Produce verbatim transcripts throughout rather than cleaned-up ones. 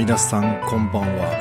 皆さんこんばんは、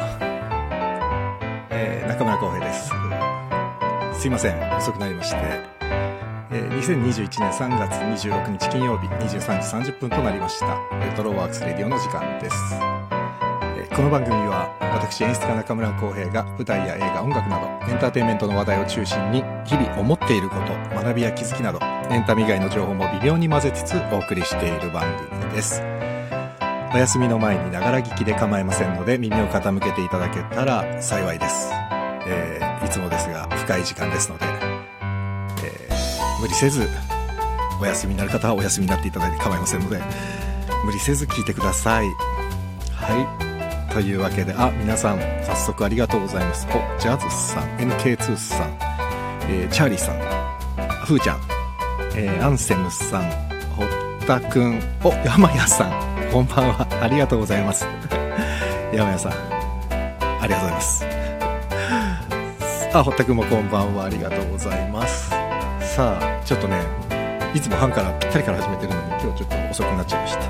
えー、中村浩平です。すいません、遅くなりまして、えー、にせんにじゅういちねんさんがつにじゅうろくにち金曜日にじゅうさんじさんじゅっぷんとなりました。レトロワークスレディオの時間です。えー、この番組は私演出家中村浩平が舞台や映画、音楽などエンターテインメントの話題を中心に日々思っていること、学びや気づきなどエンタメ以外の情報も微妙に混ぜつつお送りしている番組です。お休みの前にながら聞きで構いませんので耳を傾けていただけたら幸いです。えー、いつもですが深い時間ですので、えー、無理せずお休みになる方はお休みになっていただいて構いませんので無理せず聞いてください。はい、というわけで、あ、皆さん早速ありがとうございます。お、ジャズさん、 エヌケーツー さん、えー、チャーリーさん、ふーちゃん、えー、アンセムさん、堀田くん、お、山谷さん、こんばんは、ありがとうございます。山谷さん、ありがとうございます。あ、堀田くんもこんばんは、ありがとうございます。さあ、ちょっとね、いつも半からぴったりから始めてるのに今日ちょっと遅くなっちゃいました。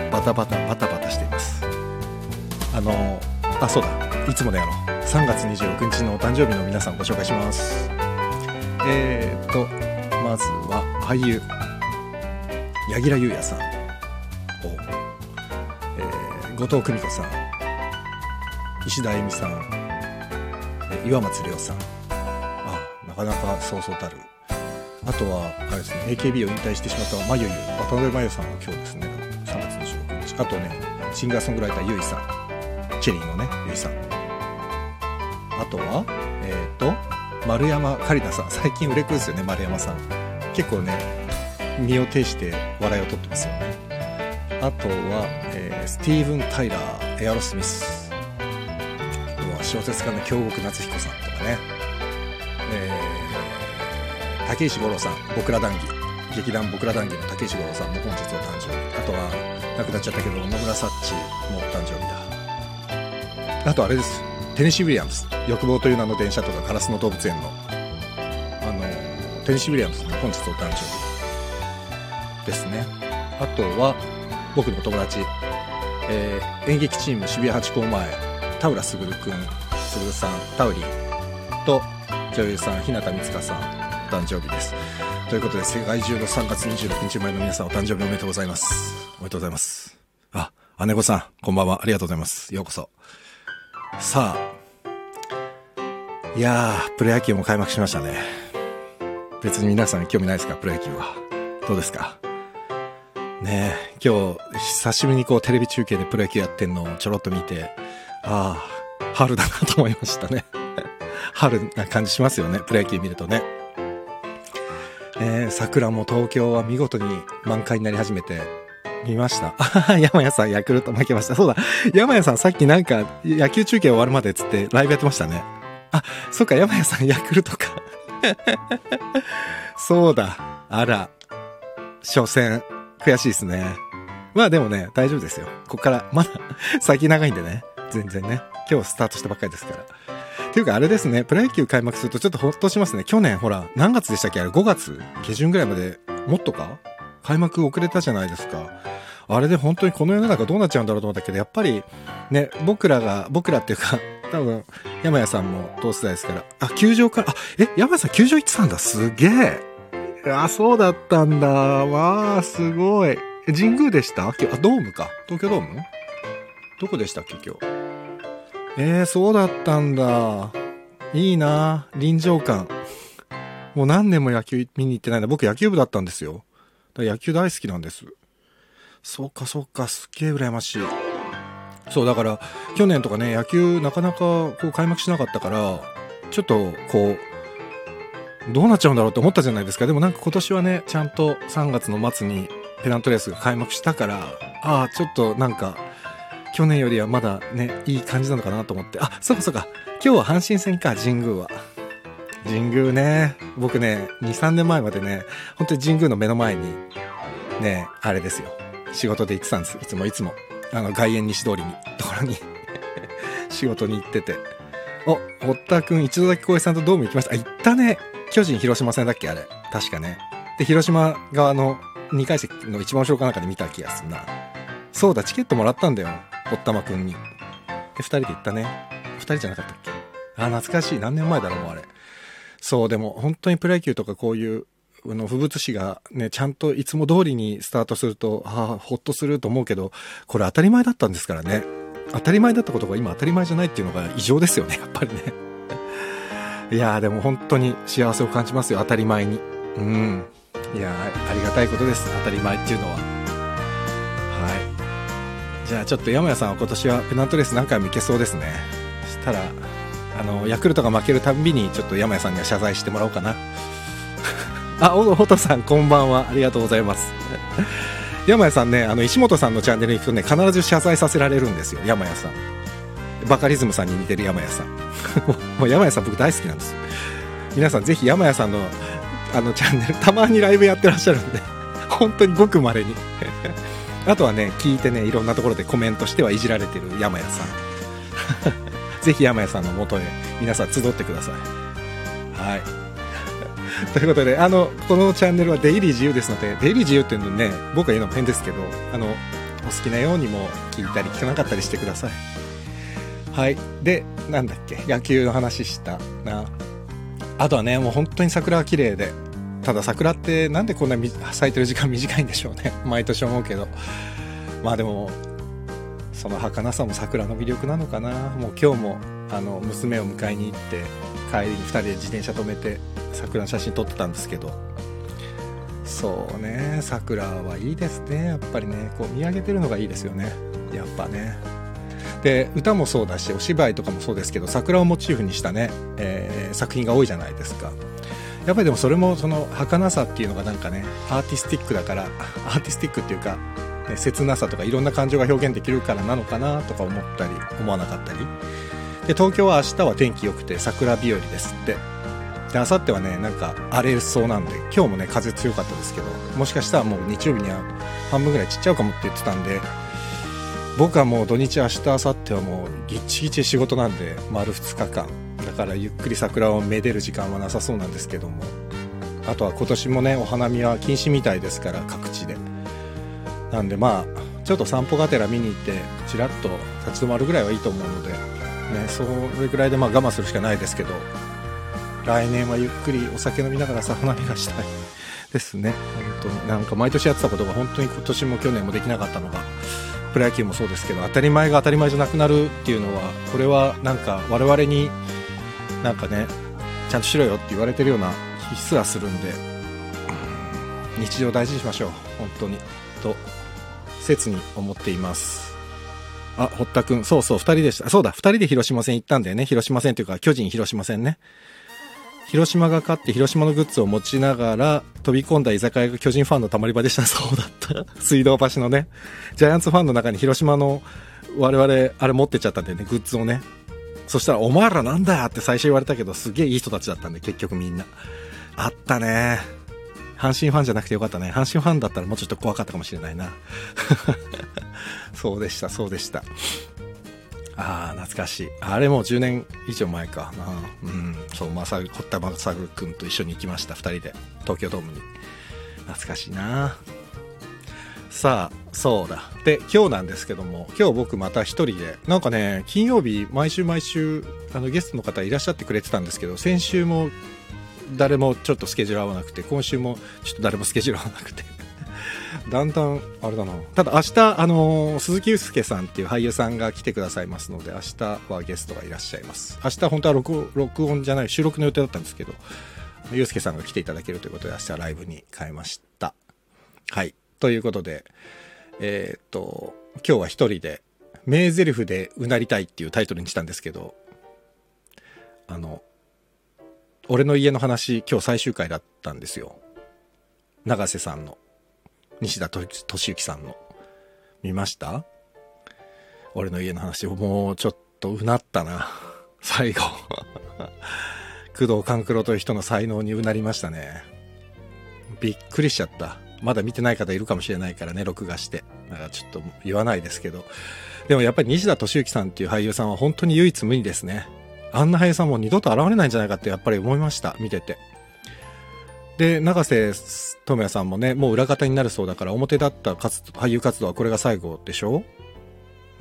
バタバタバタバタしています。あのあ、そうだ、いつもね、あのさんがつにじゅうろくにちのお誕生日の皆さんをご紹介します。えーとまずは俳優柳楽優弥さん、お、えー、後藤久美子さん、石田恵美さん、え岩松亮さん、あ、なかなかそうそうたる。あとはあれですね、 エーケービー を引退してしまったまゆゆ、渡辺真由さんも今日ですね、さんがつにじゅうろくにち。あとね、シンガーソングライターゆいさん、チェリーのね、ゆいさん。あとはえっ、ー、と丸山桂里奈さん、最近売れっ子ですよね、丸山さん。結構ね、身を挺して笑いを取ってますよね。あとは、えー、スティーブン・タイラー、エアロスミス。あとは小説家の京極夏彦さんとかね、えー、竹石五郎さん、僕ら談義、劇団僕ら談義の竹石五郎さんも本日お誕生日。あとは亡くなっちゃったけど野村サッチもお誕生日だ。あとあれです、テネシー・ウィリアムズ、欲望という名の電車とかガラスの動物園のあのテネシー・ウィリアムズの本日お誕生日ですね。あとは僕のお友達、えー、演劇チーム渋谷ハチ公前、田浦卓くん、卓さん、タウリーと女優さん日向光香さん、お誕生日です。ということで、世界中のさんがつにじゅうろくにち前の皆さん、お誕生日おめでとうございます。おめでとうございます。あ、姉子さん、こんばんは、ありがとうございます。ようこそ。さあ、いやー、プロ野球も開幕しましたね。別に皆さん興味ないですか、プロ野球は。どうですかねえ。今日久しぶりにこうテレビ中継でプロ野球やってんのをちょろっと見て、ああ、春だなと思いましたね。春な感じしますよね、プロ野球見るとね。えー、桜も東京は見事に満開になり始めて、見ました。山谷さん、ヤクルト負けました。そうだ、山谷さんさっきなんか野球中継終わるまでっつってライブやってましたね。あ、そっか、山谷さんヤクルトか。そうだ、あら、初戦悔しいですね。まあでもね、大丈夫ですよ。ここからまだ先長いんでね、全然ね、今日スタートしたばっかりですから。っていうかあれですね、プロ野球開幕するとちょっとほっとしますね。去年ほら、何月でしたっけ、あれごがつ下旬ぐらいまで、もっとか開幕遅れたじゃないですか。あれで本当にこの世の中どうなっちゃうんだろうと思ったけど、やっぱりね、僕らが、僕らっていうか、多分山谷さんも同世代ですから、あ、球場から、あ、え、山谷さん球場行ってたんだ、すげえ。あ、そうだったんだ。わー、すごい。神宮でした？あ、ドームか。東京ドーム？どこでしたっけ、今日。えー、そうだったんだ。いいな、臨場感。もう何年も野球見に行ってないんだ。僕野球部だったんですよ。だから野球大好きなんです。そうかそうか、すっげえ羨ましい。そうだから去年とかね、野球なかなかこう開幕しなかったから、ちょっとこうどうなっちゃうんだろうって思ったじゃないですか。でもなんか今年はね、ちゃんとさんがつの末にペナントレースが開幕したから、ああ、ちょっとなんか去年よりはまだね、いい感じなのかなと思って。あ、そうかそうか、今日は阪神戦か、神宮は。神宮ね、僕ね、にさんねんまえまでね、本当に神宮の目の前にね、あれですよ、仕事で行ってたんです。いつもいつもあの外苑西通りにところに仕事に行ってて。お、堀田くん、一度だけ小江さんとドーム行きました。あ、行ったね。巨人広島戦だっけ、あれ確かね。で、広島側のにかい席の一番後ろかなんかで見た気がするな。そうだ、チケットもらったんだよ。 堀田真くんに。で、二人で行ったね。二人じゃなかったっけ？あ、懐かしい。何年前だろう、もうあれ。そう、でも本当にプロ野球とかこういう、あの、風物詩がね、ちゃんといつも通りにスタートすると、ああ、ほっとすると思うけど、これ当たり前だったんですからね。当たり前だったことが今当たり前じゃないっていうのが異常ですよね、やっぱりね。いやー、でも本当に幸せを感じますよ、当たり前に。うん。いやー、ありがたいことです、当たり前っていうのは。はい。じゃあちょっと山谷さんは今年はペナントレース何回も行けそうですね。そしたら、あの、ヤクルトが負けるたんびにちょっと山谷さんには謝罪してもらおうかな。あ、おほとさんこんばんは。ありがとうございます。山谷さんね、あの、石本さんのチャンネルに行くとね、必ず謝罪させられるんですよ、山谷さん。バカリズムさんに似てる山谷さん。もう山谷さん僕大好きなんです。皆さんぜひ山谷さんのあのチャンネル、たまにライブやってらっしゃるんで、本当にごく稀に。あとはね、聞いてね、いろんなところでコメントしてはいじられてる山谷さん。ぜひ山谷さんの元へ皆さん集ってください。はい。ということで、あの、このチャンネルは出入り自由ですので、出入り自由っていうのね、僕が言うのも変ですけど、あの、お好きなようにも聞いたり聞かなかったりしてください。はい。で、なんだっけ、野球の話したな。あとはね、もう本当に桜が綺麗で、ただ桜ってなんでこんな咲いてる時間短いんでしょうね。毎年思うけど。まあでも、その儚さも桜の魅力なのかな。もう今日も、あの、娘を迎えに行って、帰りにふたりで自転車止めて、桜の写真撮ってたんですけど、そうね、桜はいいですね。やっぱりね、こう見上げてるのがいいですよね。やっぱね。で、歌もそうだし、お芝居とかもそうですけど、桜をモチーフにしたね、えー、作品が多いじゃないですか。やっぱりでもそれもその儚さっていうのがなんかね、アーティスティックだから、アーティスティックっていうか、ね、切なさとかいろんな感情が表現できるからなのかなとか思ったり、思わなかったり。で、東京は明日は天気良くて桜日和ですって。で、明後日はね、なんか荒れそうなんで、今日もね、風強かったですけど、もしかしたらもう日曜日には半分ぐらい散っちゃうかもって言ってたんで、僕はもう土日明日明後日はもうギッチギチ仕事なんで、丸ふつかかん。だからゆっくり桜をめでる時間はなさそうなんですけども、あとは今年もね、お花見は禁止みたいですから、各地で。なんでまあ、ちょっと散歩がてら見に行って、ちらっと立ち止まるぐらいはいいと思うので、ね、それぐらいでまあ我慢するしかないですけど、来年はゆっくりお酒飲みながらさ、花見がしたいですね。本当になんか毎年やってたことが本当に今年も去年もできなかったのが、プロ野球もそうですけど、当たり前が当たり前じゃなくなるっていうのは、これはなんか我々になんかね、ちゃんとしろよって言われてるような気すらするんで、日常を大事にしましょう、本当にと切に思っています。あ、堀田くん、そうそう、二人でした。そうだ、二人で広島戦行ったんだよね。広島戦というか巨人広島戦ね。広島が勝って広島のグッズを持ちながら飛び込んだ居酒屋が巨人ファンのたまり場でした。そうだった。水道橋のね、ジャイアンツファンの中に広島の我々あれ持ってっちゃったんでね、グッズをね。そしたらお前らなんだよって最初言われたけど、すげえいい人たちだったんで、結局みんなあったね。阪神ファンじゃなくてよかったね。阪神ファンだったらもうちょっと怖かったかもしれないな。そうでしたそうでした。ああ、懐かしい。あれもうじゅうねん以上前かな。うん、そう、まさぐ、堀田正ぐくんと一緒に行きました。二人で東京ドームに。懐かしいな。さあ、そうだ。で、今日なんですけども、今日僕また一人で、なんかね、金曜日毎週毎週あのゲストの方いらっしゃってくれてたんですけど、先週も誰もちょっとスケジュール合わなくて、今週もちょっと誰もスケジュール合わなくて。だんだんあれだな。ただ明日あのー、鈴木祐介さんっていう俳優さんが来てくださいますので、明日はゲストがいらっしゃいます。明日本当は録録音じゃない収録の予定だったんですけど、祐介さんが来ていただけるということで明日ライブに変えました。はい、ということで、えー、っと今日は一人で名台詞でうなりたいっていうタイトルにしたんですけど、あの俺の家の話今日最終回だったんですよ。永瀬さんの、西田敏行さんの。見ました？俺の家の話をもうちょっとうなったな。最後。工藤官九郎という人の才能にうなりましたね。びっくりしちゃった。まだ見てない方いるかもしれないからね、録画して。だからちょっと言わないですけど。でもやっぱり西田敏行さんっていう俳優さんは本当に唯一無二ですね。あんな俳優さんも二度と現れないんじゃないかってやっぱり思いました。見てて。で、永瀬智也さんもね、もう裏方になるそうだから、表だった活俳優活動はこれが最後でしょ。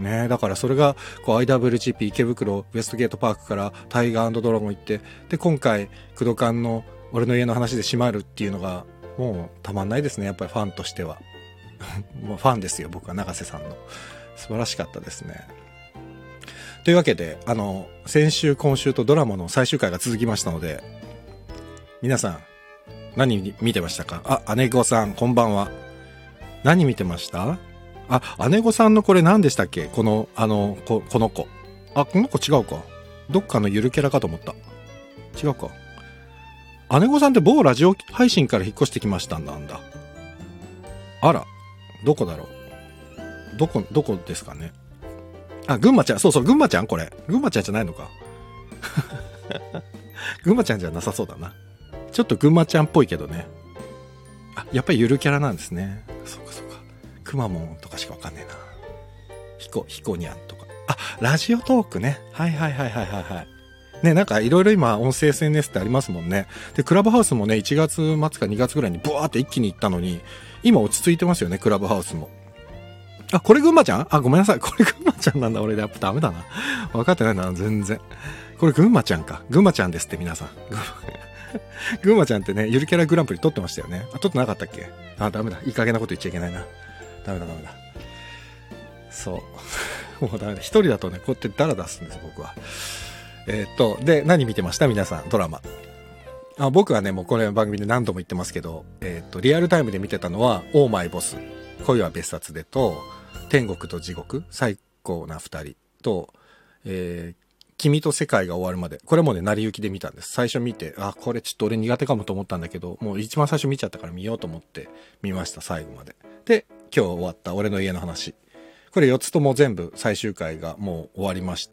ね。だからそれがこう アイダブリュージーピー 池袋ウエストゲートパークからタイガー&ドラゴン行って、で今回クドカンの俺の家の話で閉まるっていうのがもうたまんないですね。やっぱりファンとしてはもうファンですよ、僕は永瀬さんの。素晴らしかったですね。というわけで、あの先週今週とドラマの最終回が続きましたので、皆さん何見てましたか？あ、姉御さんこんばんは。何見てました？あ、姉御さんのこれ何でしたっけ？このあの こ, この子あこの子違うか、どっかのゆるキャラかと思った。違うか。姉御さんって某ラジオ配信から引っ越してきましたんだ。んだあら、どこだろう、どこどこですかね。あ、群馬ちゃん、そうそう、群馬ちゃん、これ群馬ちゃんじゃないのか群馬ちゃんじゃなさそうだな。ちょっと群馬ちゃんっぽいけどね。あ、やっぱりゆるキャラなんですね。そうかそうか。くまモンとかしかわかんねえな。ヒコヒコニャンとか。あ、ラジオトークね。はいはいはいはいはいはい。ね、なんかいろいろ今音声 エスエヌエス ってありますもんね。で、クラブハウスもね、いちがつ末かにがつぐらいにブワーって一気に行ったのに、今落ち着いてますよね、クラブハウスも。あ、これ群馬ちゃん？あ、ごめんなさい。これ群馬ちゃんなんだ。俺やっぱダメだな。分かってないんだな、全然。これ群馬ちゃんか。群馬ちゃんですって皆さん。群馬ちゃんってね、ゆるキャラグランプリ撮ってましたよね。あ、撮ってなかったっけ？あ、ダメだ。いい加減なこと言っちゃいけないな。ダメだダメだ。そう。もうダメだ。一人だとね、こうやってダラダラするんです、僕は。えー、っと、で、何見てました皆さん、ドラマ。あ、僕はね、もうこれ番組で何度も言ってますけど、えー、っと、リアルタイムで見てたのは、オーマイボス、恋は別冊でと、天国と地獄、最高な二人と、えー、君と世界が終わるまで。これもね、成り行きで見たんです。最初見て、あ、これちょっと俺苦手かもと思ったんだけど、もう一番最初見ちゃったから見ようと思って見ました、最後まで。で、今日終わった俺の家の話。これよっつとも全部最終回がもう終わりまして。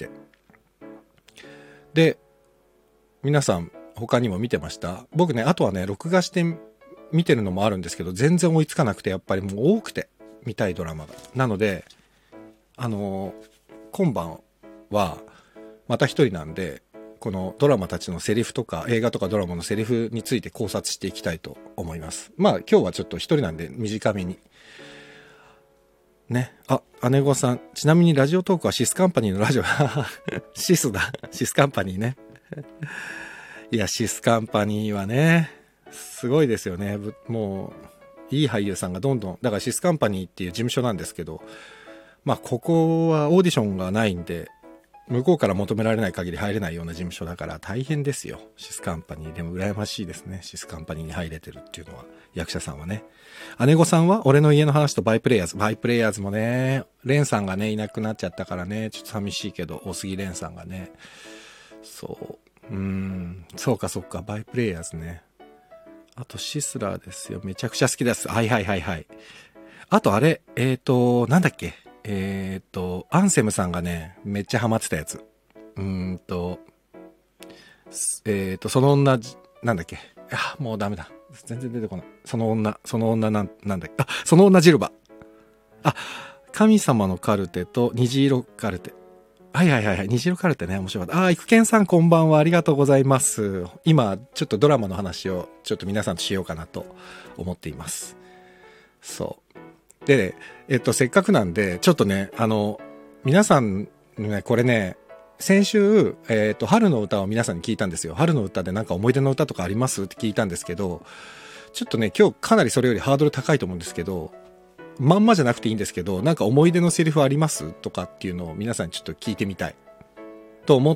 で、皆さん他にも見てました？僕ね、あとはね、録画して見てるのもあるんですけど、全然追いつかなくて、やっぱりもう多くて、見たいドラマが。なので、あのー、今晩は、また一人なんで、このドラマたちのセリフとか、映画とかドラマのセリフについて考察していきたいと思います。まあ今日はちょっと一人なんで短めに。ね。あ、姉御さん。ちなみにラジオトークはシスカンパニーのラジオ。シスだ。シスカンパニーね。いや、シスカンパニーはね、すごいですよね。もう、いい俳優さんがどんどん、だからシスカンパニーっていう事務所なんですけど、まあここはオーディションがないんで、向こうから求められない限り入れないような事務所だから大変ですよ。シスカンパニー。でも羨ましいですね。シスカンパニーに入れてるっていうのは。役者さんはね。姉御さんは俺の家の話とバイプレイヤーズ。バイプレイヤーズもね、レンさんがね、いなくなっちゃったからね、ちょっと寂しいけど、大杉レンさんがね。そう。うーん。そうかそうか。バイプレイヤーズね。あとシスラーですよ。めちゃくちゃ好きです。はいはいはいはい。あとあれ、えーと、なんだっけ。えーと、アンセムさんがね、めっちゃハマってたやつ。うーんと、えーと、その女、なんだっけ。あ、もうダメだ。全然出てこない。その女、その女なん、なんだっけ。あ、その女ジルバ。あ、神様のカルテと虹色カルテ。はいはいはいはい。虹色カルテね、面白かった。あ、いくけんさんこんばんは。ありがとうございます。今、ちょっとドラマの話を、ちょっと皆さんとしようかなと思っています。そう。で、えっと、せっかくなんで、ちょっとね、あの、皆さん、ね、これね、先週、えっと、春の歌を皆さんに聞いたんですよ。春の歌でなんか思い出の歌とかありますって聞いたんですけど、ちょっとね、今日かなりそれよりハードル高いと思うんですけど、まんまじゃなくていいんですけど、なんか思い出のセリフありますとかっていうのを皆さんにちょっと聞いてみたい。と思って、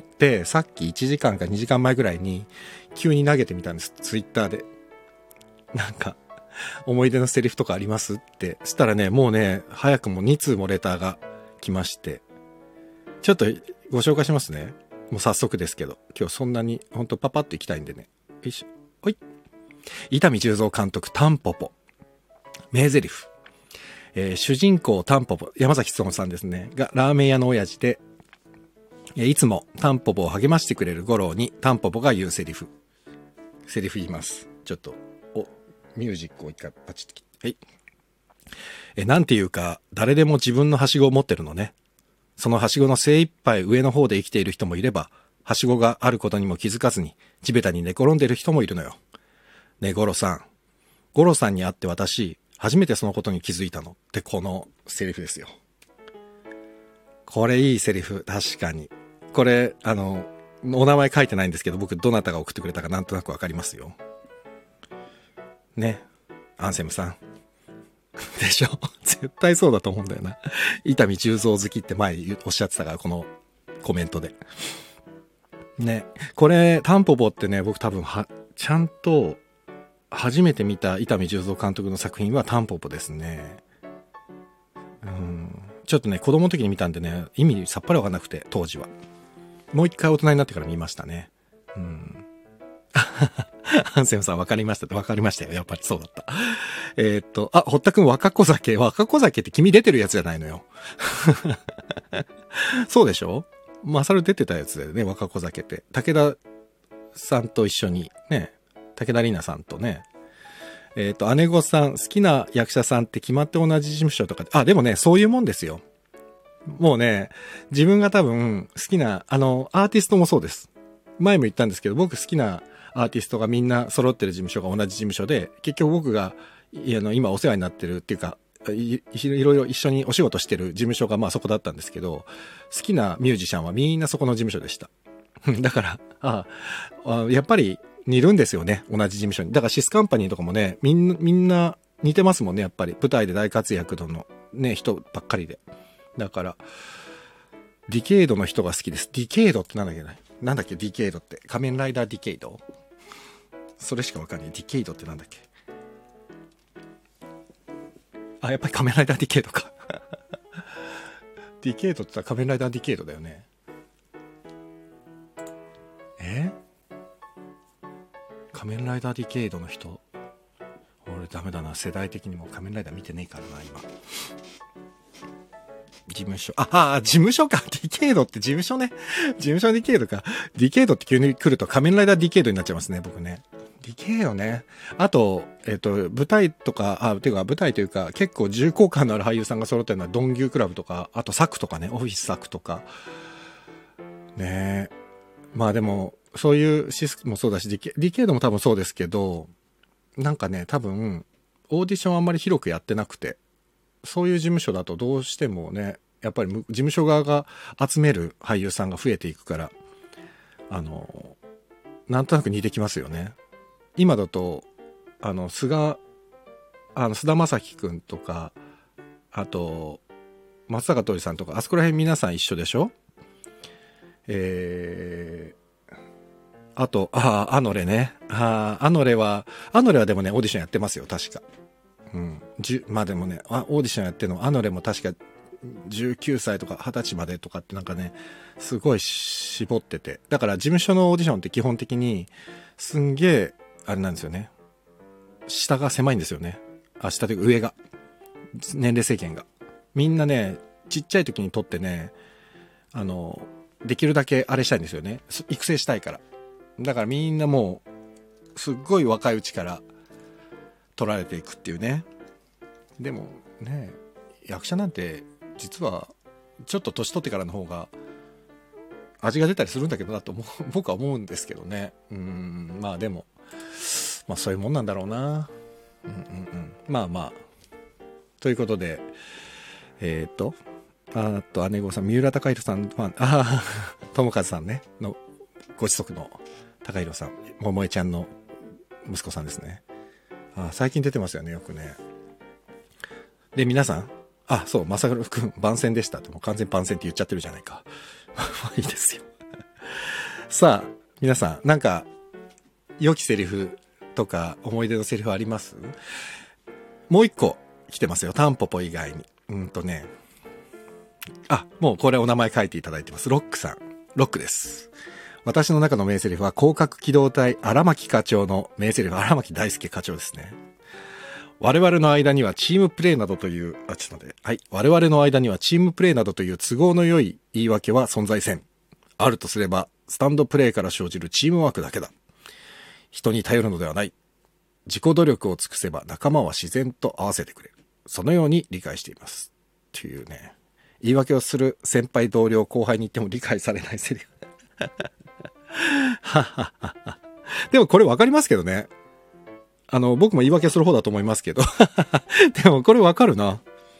さっきいちじかんかにじかんまえぐらいに、急に投げてみたんです。ツイッターで。なんか、思い出のセリフとかありますって。したらね、もうね、早くもに通もレターが来まして。ちょっとご紹介しますね。もう早速ですけど。今日そんなに、ほんとパパッと行きたいんでね。よいしょ。ほい。伊丹十三監督、タンポポ。名台詞。えー、主人公タンポポ、山崎努さんですね。が、ラーメン屋の親父で、いつもタンポポを励ましてくれる五郎に、タンポポが言うセリフ。セリフ言います。ちょっと。ミュージックを一回パチッと切って。はい。え、なんていうか、誰でも自分のはしごを持ってるのね。そのはしごの精一杯上の方で生きている人もいれば、はしごがあることにも気づかずに、地べたに寝転んでる人もいるのよ。ねえ、ゴロさん。ゴロさんに会って私、初めてそのことに気づいたのってこのセリフですよ。 これいいセリフ。確かに。これ、あの、お名前書いてないんですけど、僕どなたが送ってくれたかなんとなくわかりますよ。ね。アンセムさん。でしょ絶対そうだと思うんだよな。伊丹十三好きって前おっしゃってたから、このコメントで。ね。これ、タンポポってね、僕多分は、ちゃんと、初めて見た伊丹十三監督の作品はタンポポですね。うん。ちょっとね、子供の時に見たんでね、意味さっぱりわかんなくて、当時は。もう一回大人になってから見ましたね。うん。ハンセムさん分かりましたって分かりましたよ。やっぱりそうだった。えー、っと、あ、堀田くん若子酒。若子酒って君出てるやつじゃないのよ。そうでしょ？マサル出てたやつだよね、若子酒って。武田さんと一緒にね、武田里奈さんとね。えー、っと、姉御さん、好きな役者さんって決まって同じ事務所とか、あ、でもね、そういうもんですよ。もうね、自分が多分好きな、あの、アーティストもそうです。前も言ったんですけど、僕好きなアーティストがみんな揃ってる事務所が同じ事務所で、結局僕が、いあの、今お世話になってるっていうか、い, いろいろ一緒にお仕事してる事務所がまあそこだったんですけど、好きなミュージシャンはみんなそこの事務所でした。だから、ああ、やっぱり似るんですよね、同じ事務所に。だからシスカンパニーとかもね、みんな、みんな似てますもんね、やっぱり。舞台で大活躍のね、人ばっかりで。だから、ディケイドの人が好きです。ディケイドってなんだっけななんだっけディケイドって。仮面ライダーディケイド？それしかわかんない。ディケイドってなんだっけ？あ、やっぱり仮面ライダーディケイドか。ディケイドって言ったら仮面ライダーディケイドだよね。え？仮面ライダーディケイドの人。俺ダメだな。世代的にも仮面ライダー見てねえからな、今。事務所。ああ、事務所か。ディケイドって事務所ね。事務所ディケイドか。ディケイドって急に来ると仮面ライダーディケイドになっちゃいますね、僕ね。ディケイドね。あと、えっと、舞台とか、あ、ていうか舞台というか、結構重厚感のある俳優さんが揃ってるのはドンギュークラブとか、あとサクとかね、オフィスサクとか。ねえ。まあでも、そういうシスもそうだし、ディケ、ディケイドも多分そうですけど、なんかね、多分、オーディションあんまり広くやってなくて、そういう事務所だとどうしてもね、やっぱり事務所側が集める俳優さんが増えていくから、あの、なんとなく似てきますよね。今だと、あの、菅、あの、菅田将暉くんとか、あと、松坂桃李さんとか、あそこら辺皆さん一緒でしょ？えー、あと、ああ、アノレね。ああ、アノレは、アノレはでもね、オーディションやってますよ、確か。うん。じゅまあでもね、あ、オーディションやってるの、アノレも確かじゅうきゅうさいとかはたちまでとかってなんかね、すごい絞ってて。だから事務所のオーディションって基本的に、すんげえ、あれなんですよね。下が狭いんですよね。あ、下というか上が。年齢制限が。みんなね、ちっちゃい時にとってね、あの、できるだけあれしたいんですよね。育成したいから。だからみんなもう、すっごい若いうちから取られていくっていうね。でもね、役者なんて実はちょっと年取ってからの方が味が出たりするんだけどなと思う僕は思うんですけどね。うーん、まあでも、まあそういうもんなんだろうな。うんうんうん。まあまあ。ということで、えっと、あと姉御さん、三浦貴大さんファン、ああ、友和さんね、のご子息の貴大さん、桃江ちゃんの息子さんですね。あ、最近出てますよね、よくね。で、皆さん、あ、そう、まさぐるくん、番宣でしたって、もう完全番宣って言っちゃってるじゃないか。まあいいですよ。さあ、皆さん、なんか、良きセリフとか、思い出のセリフあります？もう一個来てますよ、タンポポ以外に。うんとね、あ、もうこれお名前書いていただいてます。ロックさん。ロックです。私の中の名セリフは、広角機動隊荒牧課長の名セリフ、荒牧大輔課長ですね。我々の間にはチームプレーなどという、あ、ちょっと待って、はい。我々の間にはチームプレーなどという都合の良い言い訳は存在せん。あるとすれば、スタンドプレーから生じるチームワークだけだ。人に頼るのではない。自己努力を尽くせば仲間は自然と合わせてくれる。そのように理解しています。というね。言い訳をする先輩同僚後輩に言っても理解されないセリフ。でもこれわかりますけどね。あの、僕も言い訳する方だと思いますけど。でもこれわかるな。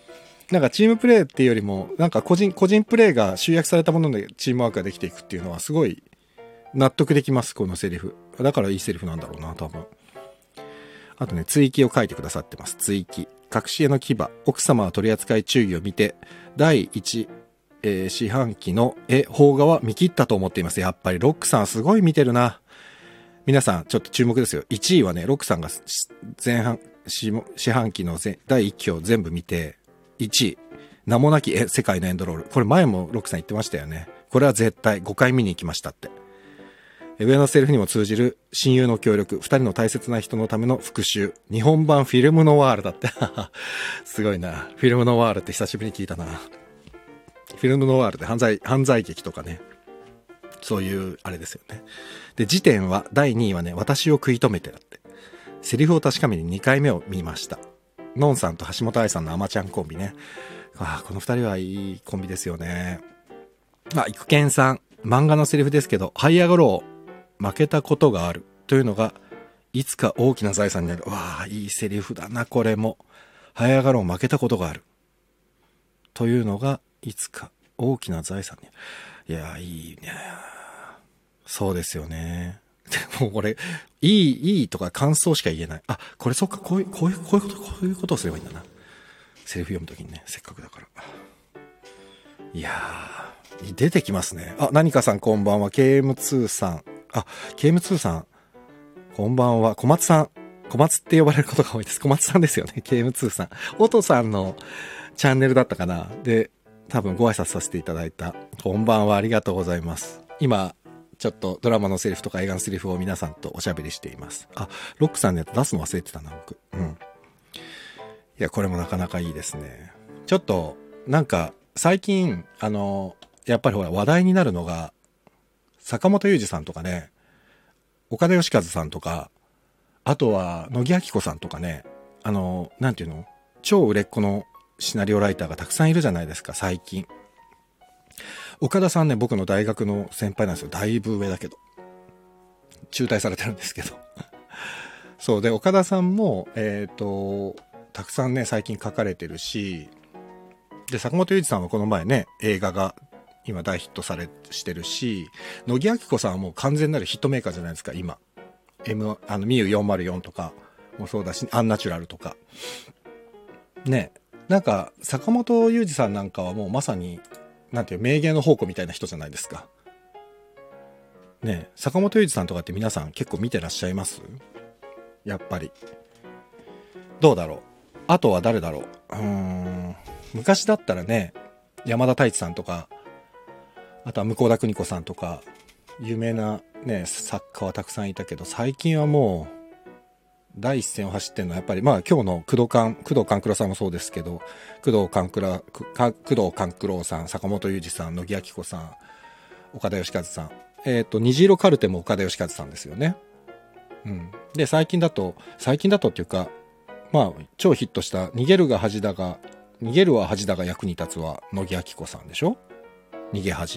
なんかチームプレーっていうよりも、なんか個人、個人プレーが集約されたものでチームワークができていくっていうのはすごい納得できます、このセリフ。だからいいセリフなんだろうな、多分。あとね、追記を書いてくださってます。追記。隠し絵の牙。奥様は取扱注意を見て、だいいち、えー、四半期の絵、邦画は見切ったと思っています。やっぱりロックさんすごい見てるな。皆さん、ちょっと注目ですよ。いちいはね、ロックさんが前半、四半期のだいいっきを全部見て、いちい、名もなきえ世界のエンドロール。これ前もロックさん言ってましたよね。これは絶対ごかい見に行きましたって。上のセリフにも通じる親友の協力、二人の大切な人のための復讐。日本版フィルムノワールだって。すごいな。フィルムノワールって久しぶりに聞いたな。フィルムノワールって犯罪、犯罪劇とかね。そういう、あれですよね。で、時点は、だいにいはね、私を食い止めてだって。セリフを確かめににかいめを見ました。のんさんと橋本愛さんのアマちゃんコンビね。ああ、この二人はいいコンビですよね。あ、育賢さん。漫画のセリフですけど、這い上がろう。負けたことがある。というのが、いつか大きな財産になる。わあ、いいセリフだな、これも。這い上がろう、負けたことがある。というのが、いつか大きな財産に。いや、いいね。そうですよね。でもこれ、いい、いいとか感想しか言えない。あ、これそっか、こういう、こういう、こういうこと、こういうことをすればいいんだな。セリフ読むときにね、せっかくだから。いやー、出てきますね。あ、何かさんこんばんは。ケーエムツー さん。あ、ケーエムツー さん。こんばんは。小松さん。小松って呼ばれることが多いです。小松さんですよね。ケーエムツー さん。おとさんのチャンネルだったかな。で、多分ご挨拶させていただいた。こんばんは。ありがとうございます。今、ちょっとドラマのセリフとか映画のセリフを皆さんとおしゃべりしています。あ、ロックさんのやつ出すの忘れてたな、僕。うん。いや、これもなかなかいいですね。ちょっと、なんか、最近、あの、やっぱりほら、話題になるのが、坂本雄二さんとかね、岡田義和さんとか、あとは、乃木明子さんとかね、あの、なんていうの？超売れっ子のシナリオライターがたくさんいるじゃないですか、最近。岡田さんね、僕の大学の先輩なんですよ。だいぶ上だけど。中退されてるんですけど。そうで、岡田さんも、えっと、たくさんね、最近書かれてるし、で、坂本雄二さんはこの前ね、映画が今大ヒットされ、してるし、乃木明子さんはもう完全なるヒットメーカーじゃないですか、今。M、あの、ミューよんまるよんとかもそうだし、アンナチュラルとか。ね、なんか、坂本雄二さんなんかはもうまさに、なんていう名言の宝庫みたいな人じゃないですか。ね、坂本雄二さんとかって皆さん結構見てらっしゃいます？やっぱり。どうだろう。あとは誰だろう。うーん。昔だったらね、山田太一さんとか、あとは向田邦子さんとか、有名なね、作家はたくさんいたけど、最近はもう、第一線を走ってるのはやっぱり、まあ今日の工藤官、工藤官九郎さんもそうですけど、工藤官九郎、工藤官九郎さん、坂本雄二さん、乃木明子さん、岡田義和さん。えっと、虹色カルテも岡田義和さんですよね。うん。で、最近だと、最近だとっていうか、まあ、超ヒットした、逃げるが恥だが、逃げるは恥だが役に立つは、乃木明子さんでしょ？逃げ恥。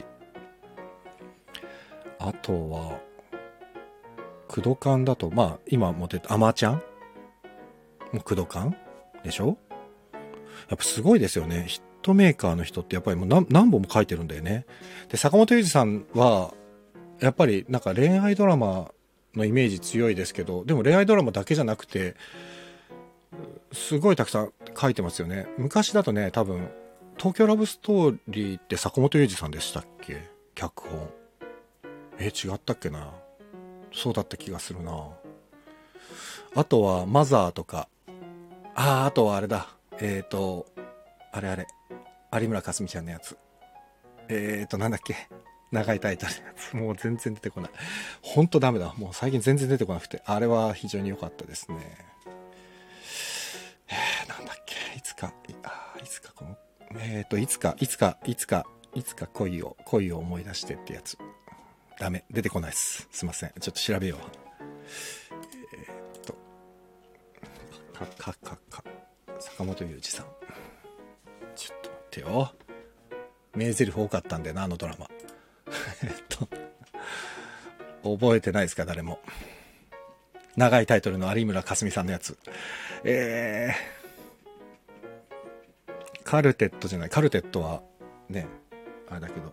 あとは、工藤館だと、まあ、今持ってた、アマちゃんもう工藤館でしょ？やっぱすごいですよね。ヒットメーカーの人ってやっぱりもう 何, 何本も書いてるんだよね。で、坂本龍二さんは、やっぱりなんか恋愛ドラマのイメージ強いですけど、でも恋愛ドラマだけじゃなくて、すごいたくさん書いてますよね。昔だとね、多分、東京ラブストーリーって坂本龍二さんでしたっけ？脚本。え、違ったっけな？そうだった気がするな。あとは、マザーとか。ああ、あとはあれだ。えっと、あれあれ。有村架純ちゃんのやつ。えっと、なんだっけ。長いタイトルのやつ。もう全然出てこない。ほんとダメだ。もう最近全然出てこなくて。あれは非常に良かったですね。えー、なんだっけ。いつか、あいつかこの、えっと、いつか、いつか、いつか、いつか恋を、恋を思い出してってやつ。ダメ。出てこないです。すいません。ちょっと調べよう。えー、っと、か、か、か、か、坂本龍二さん。ちょっと待ってよ。名台詞多かったんだよな、あのドラマ。えっと、覚えてないですか、誰も。長いタイトルの有村架純さんのやつ。えカルテットじゃない、カルテットはね、あれだけど。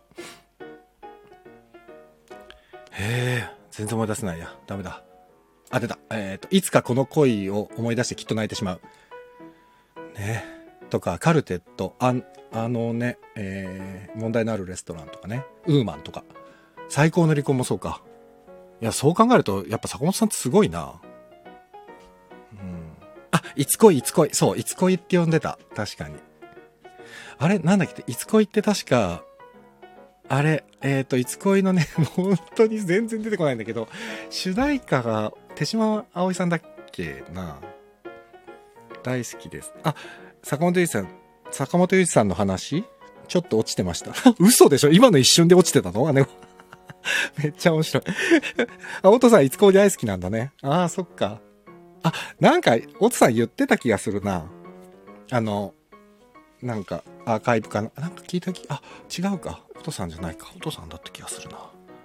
へえ、全然思い出せないや。ダメだ。あ、出た。えっと、いつかこの恋を思い出してきっと泣いてしまう。ね。とか、カルテット、あ、あのね、えー、問題のあるレストランとかね、ウーマンとか。最高の離婚もそうか。いや、そう考えると、やっぱ坂本さんってすごいな。うん。あ、いつ恋、いつ恋。そう、いつ恋って呼んでた。確かに。あれなんだっけ、いつ恋って確か、あれ、えっと、いつ恋のね、本当に全然出てこないんだけど、主題歌が手島葵さんだっけな。大好きです。あ、坂本龍一さん、坂本龍一さんの話ちょっと落ちてました。嘘でしょ、今の一瞬で落ちてたのあれめっちゃ面白い。あ、おとさん、いつ恋大好きなんだね。ああ、そっか。あ、なんか、おとさん言ってた気がするな。あの、なんか、アーカイブかな。なんか聞いた気、あ、違うか。おとさんじゃないか。おとさんだった気がするな。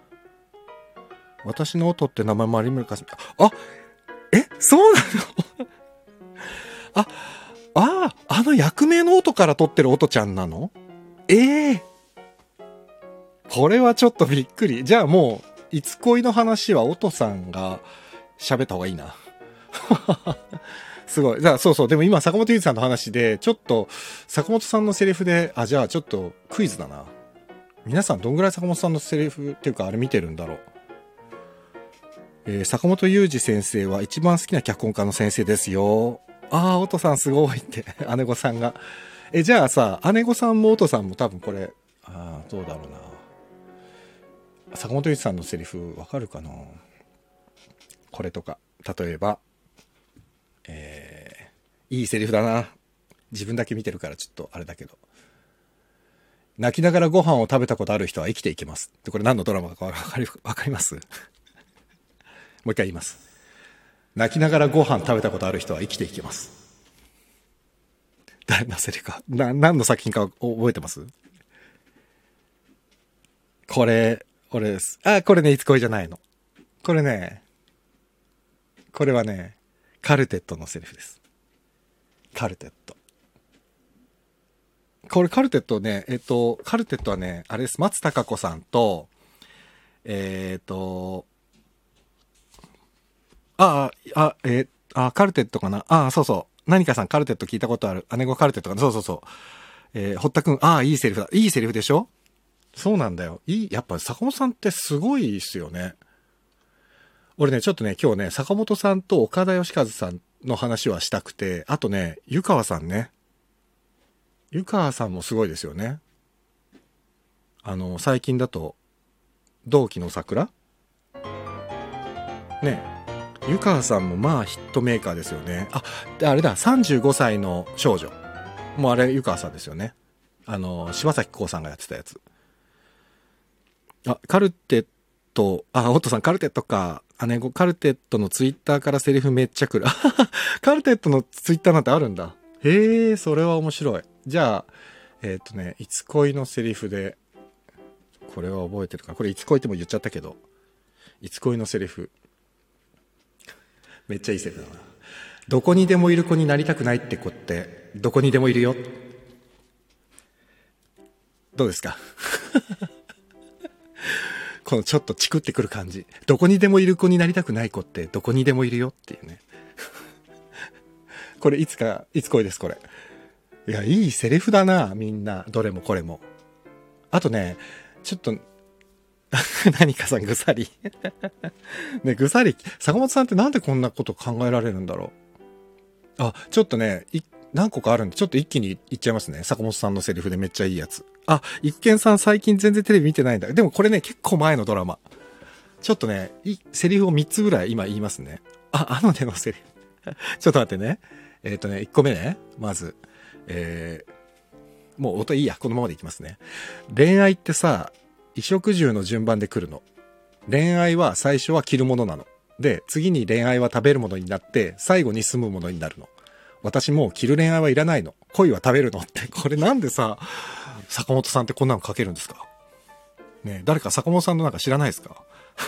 私の音って名前も有村架純。あ、え、そうなのあ、ああ、あの役名の音から撮ってる音ちゃんなの？ええー。これはちょっとびっくり。じゃあもう、いつ恋の話は音さんが喋った方がいいな。すごい。じゃあそうそう。でも今坂本龍一さんの話で、ちょっと坂本さんのセリフで、あ、じゃあちょっとクイズだな。皆さんどんぐらい坂本さんのセリフっていうかあれ見てるんだろう。えー、坂本雄二先生は一番好きな脚本家の先生ですよ。ああ、音さんすごいって、姉御さんが。え、じゃあさ、姉御さんも音さんも多分これ、ああ、どうだろうな。坂本龍一さんのセリフわかるかな。これとか、例えば、えー、いいセリフだな。自分だけ見てるからちょっとあれだけど。泣きながらご飯を食べたことある人は生きていけます。で、これ何のドラマかわかり、わかります？もう一回言います。泣きながらご飯食べたことある人は生きていけます。誰のセリフか、な、何の作品か覚えてます？これ、俺です。あ、これね、いつ恋じゃないの。これね、これはね、カルテットのセリフです。カルテット。これカルテットね、えっと、カルテットはね、あれです。松たか子さんと、えっと、ああ、あ、えー、あ、カルテットかな。あ、そうそう。何かさんカルテット聞いたことある。姉子カルテットかな。そうそうそう。えー、堀田くん、ああ、いいセリフだ。いいセリフでしょ？そうなんだよ。いい、やっぱ坂本さんってすごいですよね。俺ね、ちょっとね、今日ね、坂本さんと岡田義和さんの話はしたくて、あとね、湯川さんね。湯川さんもすごいですよね。あの、最近だと、同期の桜ね。湯川さんもまあヒットメーカーですよね。あ、で、あれだ、さんじゅうごさいの少女。もうあれ、湯川さんですよね。あの、柴咲コウさんがやってたやつ。あ、カルテット、あ、オットさん、カルテットか。姉子、カルテットのツイッターからセリフめっちゃ来る。カルテットのツイッターなんてあるんだ。へえ、それは面白い。じゃあ、えっとね、いつ恋のセリフで、これは覚えてるか。これいつ恋っても言っちゃったけど、いつ恋のセリフ。めっちゃいいセリフだな。どこにでもいる子になりたくないって子って、どこにでもいるよ。どうですか？このちょっとチクってくる感じ。どこにでもいる子になりたくない子ってどこにでもいるよっていうね。これいつか、いつ恋です、これ。いや、いいセリフだな、みんな。どれもこれも。あとね、ちょっと、何かさんぐさり。ね、ぐさり、坂本さんってなんでこんなこと考えられるんだろう。あ、ちょっとね、い何個かあるんで、ちょっと一気に言っちゃいますね。坂本さんのセリフでめっちゃいいやつ。あ、一見さん最近全然テレビ見てないんだ。でもこれね、結構前のドラマ。ちょっとね、いセリフをみっつぐらい今言いますね。あ、あのねのセリフ。ちょっと待ってね。えっ、ー、とね、いっこめね。まず、えー、もう音いいや。このままでいきますね。恋愛ってさ、衣食住の順番で来るの。恋愛は最初は着るものなの。で、次に恋愛は食べるものになって、最後に住むものになるの。私もう着る恋愛はいらないの。恋は食べるのって。これなんでさ、坂本さんってこんなの書けるんですかねえ、誰か坂本さんのなんか知らないですか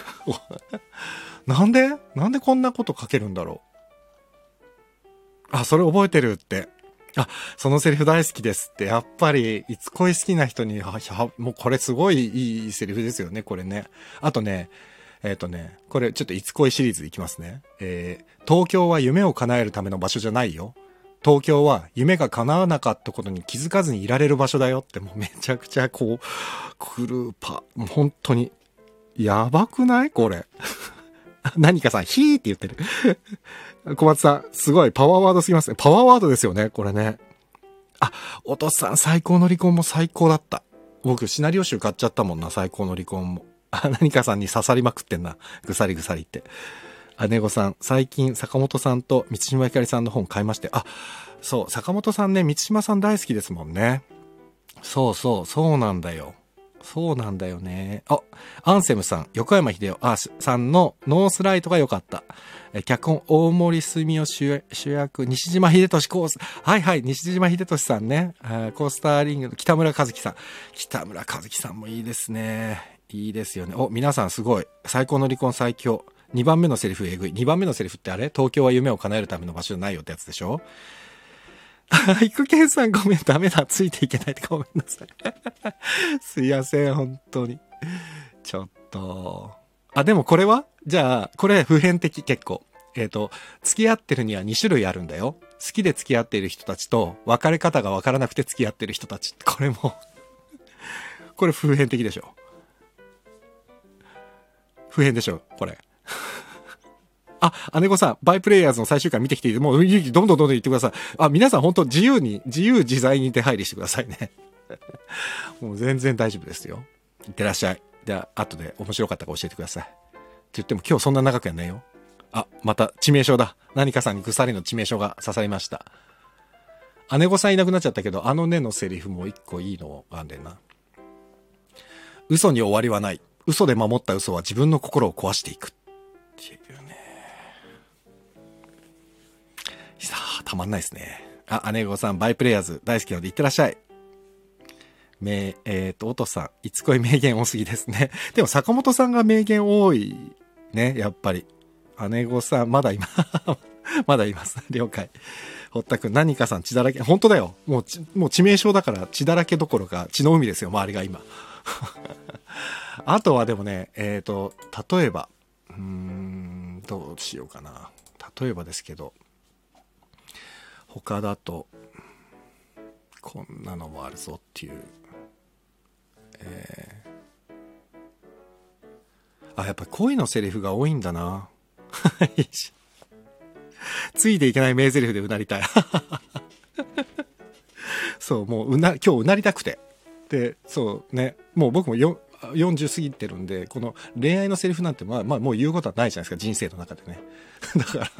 なんでなんでこんなこと書けるんだろう。あ、それ覚えてるって。 あ、そのセリフ大好きですって、やっぱり、いつ恋好きな人に、は、は、もうこれすごいいいセリフですよね、これね。あとね、えっとね、これちょっといつ恋シリーズいきますね。えー、東京は夢を叶えるための場所じゃないよ。東京は夢が叶わなかったことに気づかずにいられる場所だよって、もうめちゃくちゃこう、クルーパー、もう本当に、やばくないこれ。何かさん、ヒーって言ってる。小松さん、すごいパワーワードすぎますね。パワーワードですよね、これね。あ、お父さん、最高の離婚も最高だった。僕、シナリオ集買っちゃったもんな、最高の離婚も。あ、何かさんに刺さりまくってんな。ぐさりぐさりって。姉御さん、最近、坂本さんと満島ひかりさんの本買いまして。あ、そう、坂本さんね、満島さん大好きですもんね。そうそう、そうなんだよ。そうなんだよね。あ、アンセムさん、横山秀夫あさんのノースライトが良かった。え脚本、大森澄夫主役、西島秀俊コース。はいはい、西島秀俊さんね。コースターリングの北村和樹さん。北村和樹さんもいいですね。いいですよね。お、皆さんすごい。最高の離婚最強。にばんめのセリフえぐい。にばんめのセリフってあれ？東京は夢を叶えるための場所じゃないよってやつでしょ？いくけんさんごめん、ダメだ。ついていけないってごめんなさい。すいません、本当に。ちょっと。あ、でもこれはじゃあ、これ普遍的結構。えっと、付き合ってるにはに種類あるんだよ。好きで付き合っている人たちと、別れ方がわからなくて付き合ってる人たち。これも、これ普遍的でしょ。普遍でしょ、これ。あ、姉御さん、バイプレイヤーズの最終回見てきていて、もう、どんどんどんどん言ってください。あ、皆さん本当自由に、自由自在に出入りしてくださいね。もう全然大丈夫ですよ。いってらっしゃい。じゃあ、後で面白かったか教えてください。って言っても今日そんな長くやんないよ。あ、また致命傷だ。何かさんに鎖の致命傷が刺さりました。姉御さんいなくなっちゃったけど、あのねのセリフも一個いいのがあんでんな。嘘に終わりはない。嘘で守った嘘は自分の心を壊していく。っていうね。さあ、たまんないですね。あ、姉御さん、バイプレイヤーズ大好きなのでいってらっしゃい。め、えっと、おとさん、いつこい名言多すぎですね。でも坂本さんが名言多いね、やっぱり。姉御さん、まだいま、まだいます。了解。堀田くん、何かさん血だらけ。本当だよ。もう、もう致命傷だから血だらけどころか血の海ですよ、周りが今。あとはでもね、えっと、例えば、うーん、どうしようかな。例えばですけど、他だと、こんなのもあるぞっていう。えー、あ、やっぱ恋のセリフが多いんだな。ついていけない名台詞でうなりたい。そう、もううな、今日うなりたくて。で、そうね、もう僕もよよんじゅう過ぎてるんで、この恋愛のセリフなんて、まあ、まあ、もう言うことはないじゃないですか、人生の中でね。だから、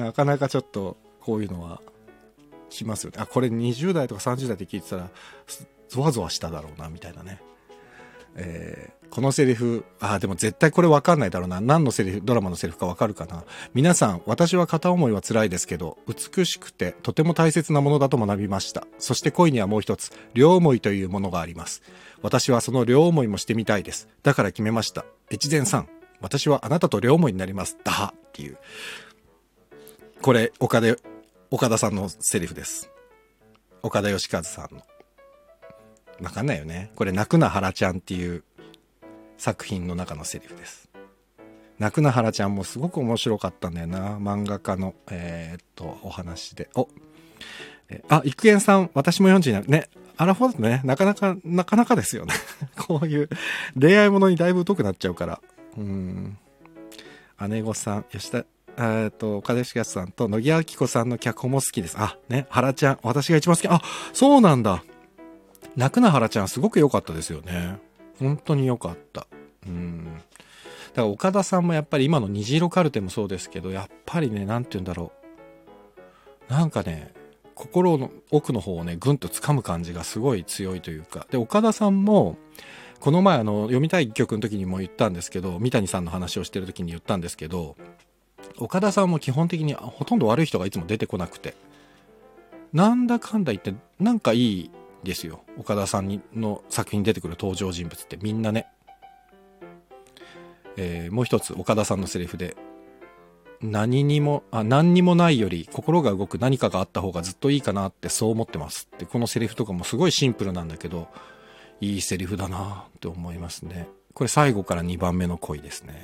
なかなかちょっと、こういうのは、きますよね。あ、これにじゅう代とかさんじゅう代で聞いてたら、ゾワゾワしただろうな、みたいなね。えー、このセリフ、あ、でも絶対これ分かんないだろうな。何のセリフ、ドラマのセリフか分かるかな。皆さん、私は片思いは辛いですけど、美しくてとても大切なものだと学びました。そして恋にはもう一つ、両思いというものがあります。私はその両思いもしてみたいです。だから決めました。越前さん、私はあなたと両思いになります。だはっていう。これ、岡田、岡田さんのセリフです。岡田義和さんの。わかんないよね。これ、泣くなはらちゃんっていう作品の中のセリフです。泣くなはらちゃんもすごく面白かったんだよな。漫画家の、えー、っと、お話で。お、えあ、育園さん、私もよんじゅうになる。ね。アラフォーだとね、なかなか、なかなかですよね。こういう恋愛ものにだいぶ疎くなっちゃうから。うーん。姉御さん、吉田、えっと、岡田義和さんと野木明子さんの脚本も好きです。あ、ね、はらちゃん、私が一番好き。あ、そうなんだ。泣くなはらちゃんすごく良かったですよね。本当に良かった。うん。だから岡田さんもやっぱり今の虹色カルテもそうですけど、やっぱりね、なんて言うんだろう。なんかね、心の奥の方をね、ぐんと掴む感じがすごい強いというか。で、岡田さんも、この前あの、読みたい曲の時にも言ったんですけど、三谷さんの話をしてる時に言ったんですけど、岡田さんも基本的にほとんど悪い人がいつも出てこなくて。なんだかんだ言って、なんかいい、ですよ。岡田さんにの作品に出てくる登場人物ってみんなね。えー、もう一つ岡田さんのセリフで、 何にも、あ、何にもないより心が動く何かがあった方がずっといいかなってそう思ってますって、このセリフとかもすごいシンプルなんだけど、いいセリフだなって思いますね。これ最後からにばんめの恋ですね。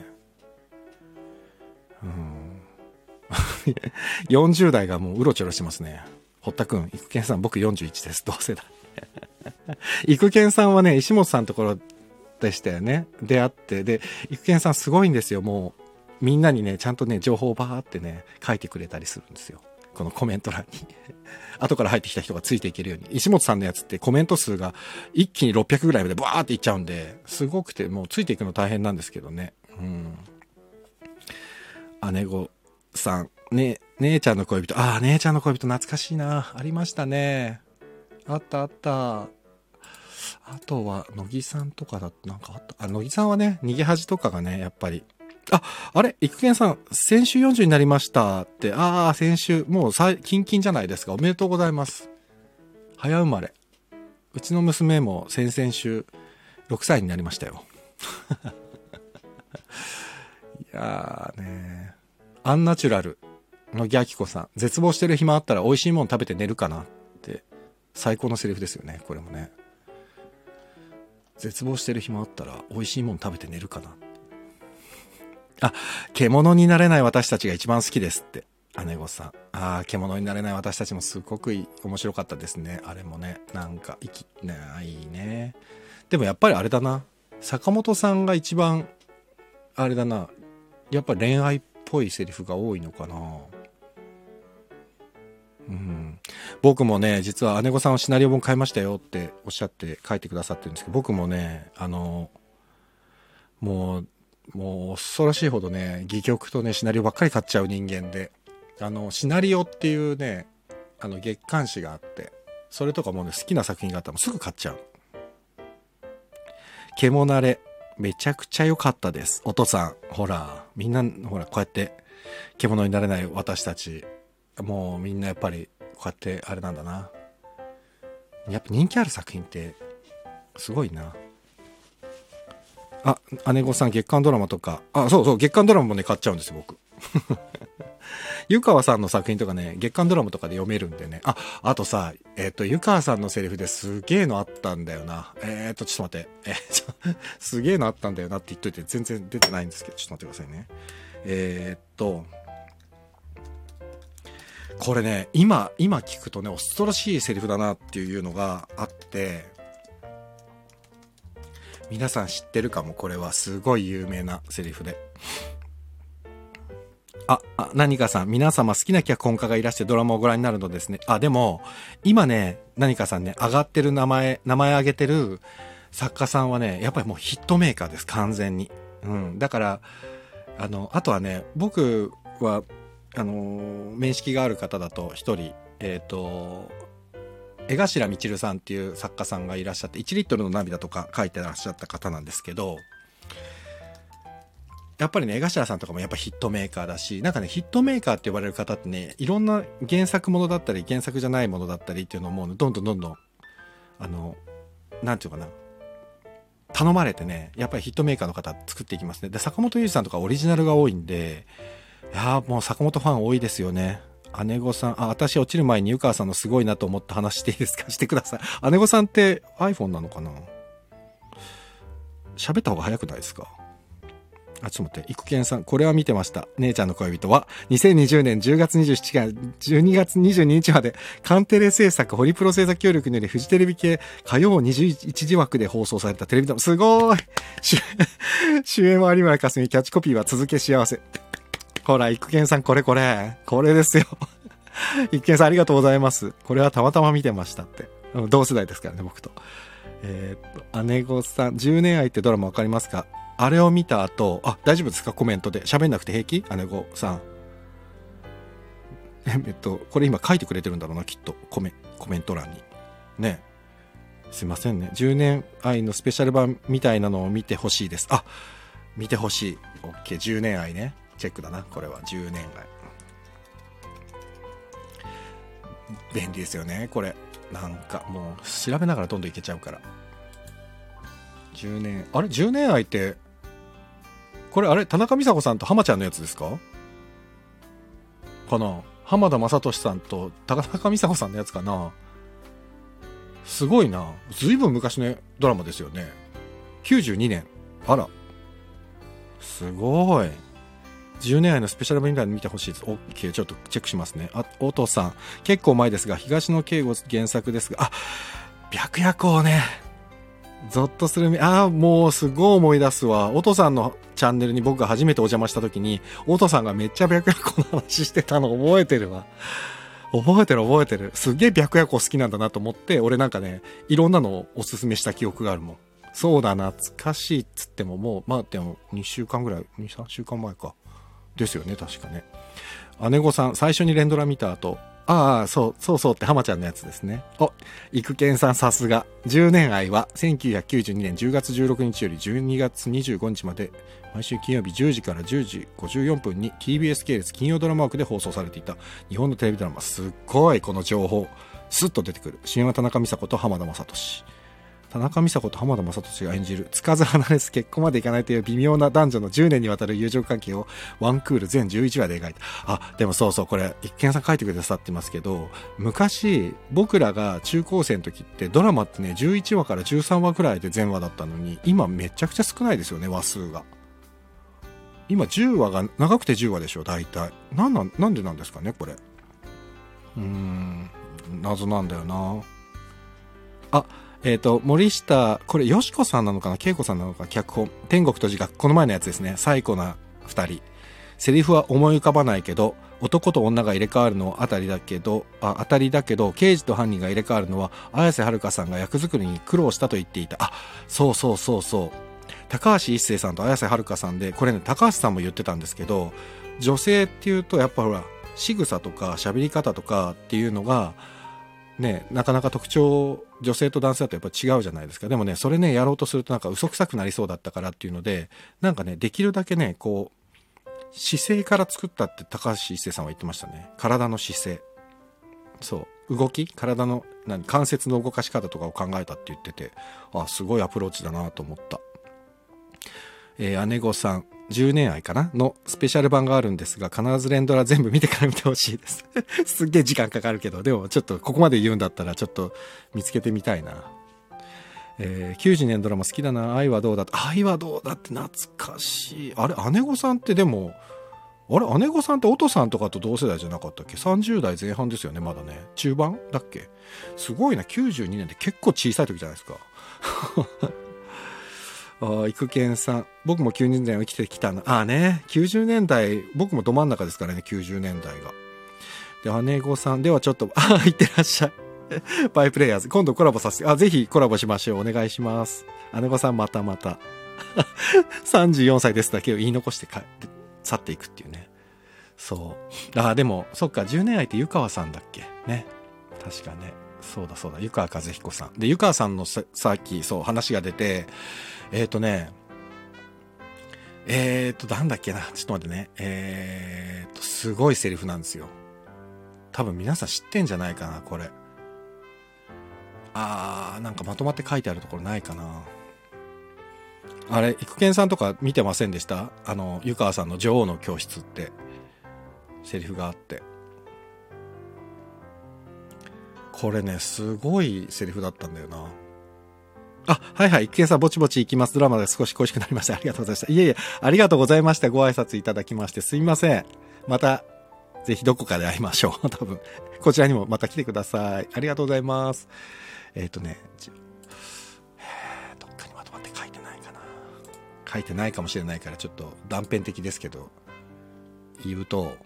うん。よんじゅう代がもううろちょろしてますね。堀田くん、いくけんさん、僕よんじゅういちです。同世代。いくけんさんはね、石本さんのところでしたよね。出会って。で、いくけんさんすごいんですよ。もう、みんなにね、ちゃんとね、情報をバーってね、書いてくれたりするんですよ。このコメント欄に。後から入ってきた人がついていけるように。石本さんのやつってコメント数が一気にろっぴゃくぐらいまでバーっていっちゃうんで、すごくて、もうついていくの大変なんですけどね。うん。姉子さん、ね、姉ちゃんの恋人。ああ、姉ちゃんの恋人懐かしいな。ありましたね。あったあった。あとは、乃木さんとかだとなんかあった。あ、乃木さんはね、逃げ恥とかがね、やっぱり。あ、あれ、いくけんさん、先週よんじゅうになりましたって。ああ、先週、もうさ、キンキンじゃないですか。おめでとうございます。早生まれ。うちの娘も先々週、ろくさいになりましたよ。いやーねー。アンナチュラルのギャキコさん。絶望してる暇あったら美味しいもん食べて寝るかなって。最高のセリフですよね、これもね。絶望してる暇あったら美味しいもん食べて寝るかな。あ、獣になれない私たちが一番好きですって。姉御さん。ああ、獣になれない私たちもすごくいい面白かったですね。あれもね。なんか、いき、ね、いいね。でもやっぱりあれだな。坂本さんが一番、あれだな。やっぱ恋愛っぽいセリフが多いのかな。うん。僕もね、実は姉御さんはシナリオ本買いましたよっておっしゃって書いてくださってるんですけど、僕もね、あの、もう、もう恐ろしいほどね、戯曲とね、シナリオばっかり買っちゃう人間で、あの、シナリオっていうね、あの、月刊誌があって、それとかもね、好きな作品があったらもうすぐ買っちゃう。獣慣れ、めちゃくちゃ良かったです。お父さん、ほら、みんな、ほら、こうやって、獣になれない私たち、もうみんなやっぱり、こうやって、あれなんだな。やっぱ人気ある作品って、すごいな。あ、姉御さん月刊ドラマとか、あ、そうそう、月刊ドラマもね、買っちゃうんですよ、僕。湯川さんの作品とかね、月刊ドラマとかで読めるんでね。あ、あとさ、えっと、湯川さんのセリフですげえのあったんだよな。えー、っと、ちょっと待って。えー、ちょすげえのあったんだよなって言っといて全然出てないんですけど、ちょっと待ってくださいね。えー、っと、これね、今、今聞くとね、恐ろしいセリフだなっていうのがあって、皆さん知ってるかも、これはすごい有名なセリフで。あ、あ、何かさん、皆様好きな脚本家がいらしてドラマをご覧になるのですね。あ、でも、今ね、何かさんね、上がってる名前、名前上げてる作家さんはね、やっぱりもうヒットメーカーです、完全に。うん。だから、あの、あとはね、僕は、あのー、面識がある方だと一人、えっと、江頭みちるさんっていう作家さんがいらっしゃって、いちリットルの涙とか書いてらっしゃった方なんですけど、やっぱりね、江頭さんとかもやっぱヒットメーカーだし、なんかね、ヒットメーカーって呼ばれる方ってね、いろんな原作ものだったり、原作じゃないものだったりっていうのをもう、ね、どんどんどんどん、あの、なんていうかな、頼まれてね、やっぱりヒットメーカーの方作っていきますね。で、坂本龍二さんとかオリジナルが多いんで、いやーもう坂本ファン多いですよね。姉御さん、あ、私落ちる前に湯川さんのすごいなと思った話していいですか？してください。姉御さんって iPhone なのかな？喋った方が早くないですか？あ、ちょっと待って、いくけんさん、これは見てました。姉ちゃんの恋人は、にせんにじゅうねんじゅうがつにじゅうしちにちからじゅうにがつにじゅうににちまで、カンテレ制作、ホリプロ制作協力により、フジテレビ系火曜にじゅういちじ枠で放送されたテレビドラマ、すごーい主演は有村架純、キャッチコピーは続け幸せ。ほら、いくけんさん、これこれ。これですよ。いくけんさん、ありがとうございます。これはたまたま見てましたって。同世代ですからね、僕と。えー、っと、姉御さん、じゅうねん愛ってドラマわかりますか？あれを見た後、あ、大丈夫ですか？コメントで。喋んなくて平気？姉御さん。えっと、これ今書いてくれてるんだろうな、きっと。コメ、コメント欄に。ね。すいませんね。じゅうねん愛のスペシャル版みたいなのを見てほしいです。あ、見てほしい。オッケー、じゅうねん愛ね。チェックだな、これは。じゅうねん愛。便利ですよね、これ。なんか、もう、調べながらどんどんいけちゃうから。じゅうねん、あれ ?じゅうねん愛って、これあれ田中美佐子さんと浜ちゃんのやつですか？ かな。浜田雅俊さんと高中美佐子さんのやつかな。すごいな。ずいぶん昔のドラマですよね。きゅうじゅうにねん。あら。すごい。じゅうねん愛のスペシャルバンド見てほしいです。OK、ちょっとチェックしますね。あ、おとさん。結構前ですが、東野圭吾原作ですが、あ、白夜行ね。ゾッとするみ、ああ、もうすごい思い出すわ。おとさんのチャンネルに僕が初めてお邪魔した時に、おとさんがめっちゃ白夜行の話してたの覚えてるわ。覚えてる覚えてる。すげえ白夜行好きなんだなと思って、俺なんかね、いろんなのをおすすめした記憶があるもん。そうだ、懐かしいっつってももう、まあでもにしゅうかんぐらい、に、さんしゅうかんまえか。ですよね、確かね。姉御さん、最初に連ドラ見た後、ああ、そう、そうそうって浜ちゃんのやつですね。お、育賢さんさすが。じゅうねん愛はせんきゅうひゃくきゅうじゅうにねんじゅうがつじゅうろくにちよりじゅうにがつにじゅうごにちまで、毎週金曜日じゅうじからじゅうじごじゅうよんぷんに ティービーエス 系列金曜ドラマ枠で放送されていた日本のテレビドラマ。すっごいこの情報。スッと出てくる。主演は田中美佐子と浜田雅俊。田中美佐子と浜田雅俊が演じるつかず離れず結婚までいかないという微妙な男女のじゅうねんにわたる友情関係をワンクール全じゅういちわで描いた。あ、でもそうそう、これ一見さん書いてくださってますけど、昔僕らが中高生の時ってドラマってねじゅういちわからじゅうさんわくらいで全話だったのに、今めちゃくちゃ少ないですよね、話数が。今じゅうわが長くてじゅうわでしょ大体。なんなんなんでなんですかねこれ。うーん、謎なんだよな。あ、えっと、森下、これ、よしこさんなのかな恵子さんなのか脚本。天国と自我、この前のやつですね。最高な二人。セリフは思い浮かばないけど、男と女が入れ替わるのは当たりだけど、あ、当たりだけど、刑事と犯人が入れ替わるのは、綾瀬はるかさんが役作りに苦労したと言っていた。あ、そうそうそうそう。高橋一生さんと綾瀬はるかさんで、これね、高橋さんも言ってたんですけど、女性っていうと、やっぱほら、仕草とか喋り方とかっていうのが、ね、なかなか特徴、女性と男性だとやっぱ違うじゃないですか。でもね、それね、やろうとするとなんか嘘くさくなりそうだったからっていうので、なんかね、できるだけね、こう、姿勢から作ったって高橋一生さんは言ってましたね。体の姿勢。そう。動き体の、何、関節の動かし方とかを考えたって言ってて、あ、すごいアプローチだなと思った。えー、姉御さん、じゅうねん愛かなのスペシャル版があるんですが、必ず連ドラ全部見てから見てほしいです。すっげえ時間かかるけど、でもちょっとここまで言うんだったらちょっと見つけてみたいな。えー、きゅうじゅうねんドラマ好きだな。愛はどうだ愛はどうだって懐かしい。あれ、姉御さんってでも、あれ、姉御さんっておとさんとかと同世代じゃなかったっけ ?さんじゅう 代前半ですよね、まだね。中盤だっけ。すごいな、きゅうじゅうにねんって結構小さい時じゃないですか。あ、育賢さん。僕もきゅうじゅうねんを生きてきたな。ああね。きゅうじゅうねんだい、僕もど真ん中ですからね、きゅうじゅうねんだいが。で、姉御さん。ではちょっと、ああ、いってらっしゃい。バイプレイヤーズ。今度コラボさせて、あ、ぜひコラボしましょう。お願いします。姉御さんまたまた。さんじゅうよんさいですだけを言い残してか去っていくっていうね。そう。ああ、でも、そっか、じゅうねん愛って湯川さんだっけね。確かね。そうだそうだ。湯川和彦さん。で、湯川さんのさ、さっき、そう、話が出て、えっとね、えっと、なんだっけな。ちょっと待ってね。えっと、すごいセリフなんですよ。多分皆さん知ってんじゃないかな、これ。あー、なんかまとまって書いてあるところないかな。あれ、育賢さんとか見てませんでした？あの、湯川さんの女王の教室って、セリフがあって。これね、すごいセリフだったんだよな。あ、はいはい。育賢さん、ぼちぼち行きます。ドラマで少し恋しくなりました。ありがとうございました。いえいえ、ありがとうございました。ご挨拶いただきまして。すいません。また、ぜひどこかで会いましょう。多分。こちらにもまた来てください。ありがとうございます。えっとね、どっかにまとまって書いてないかな。書いてないかもしれないから、ちょっと断片的ですけど、言うと、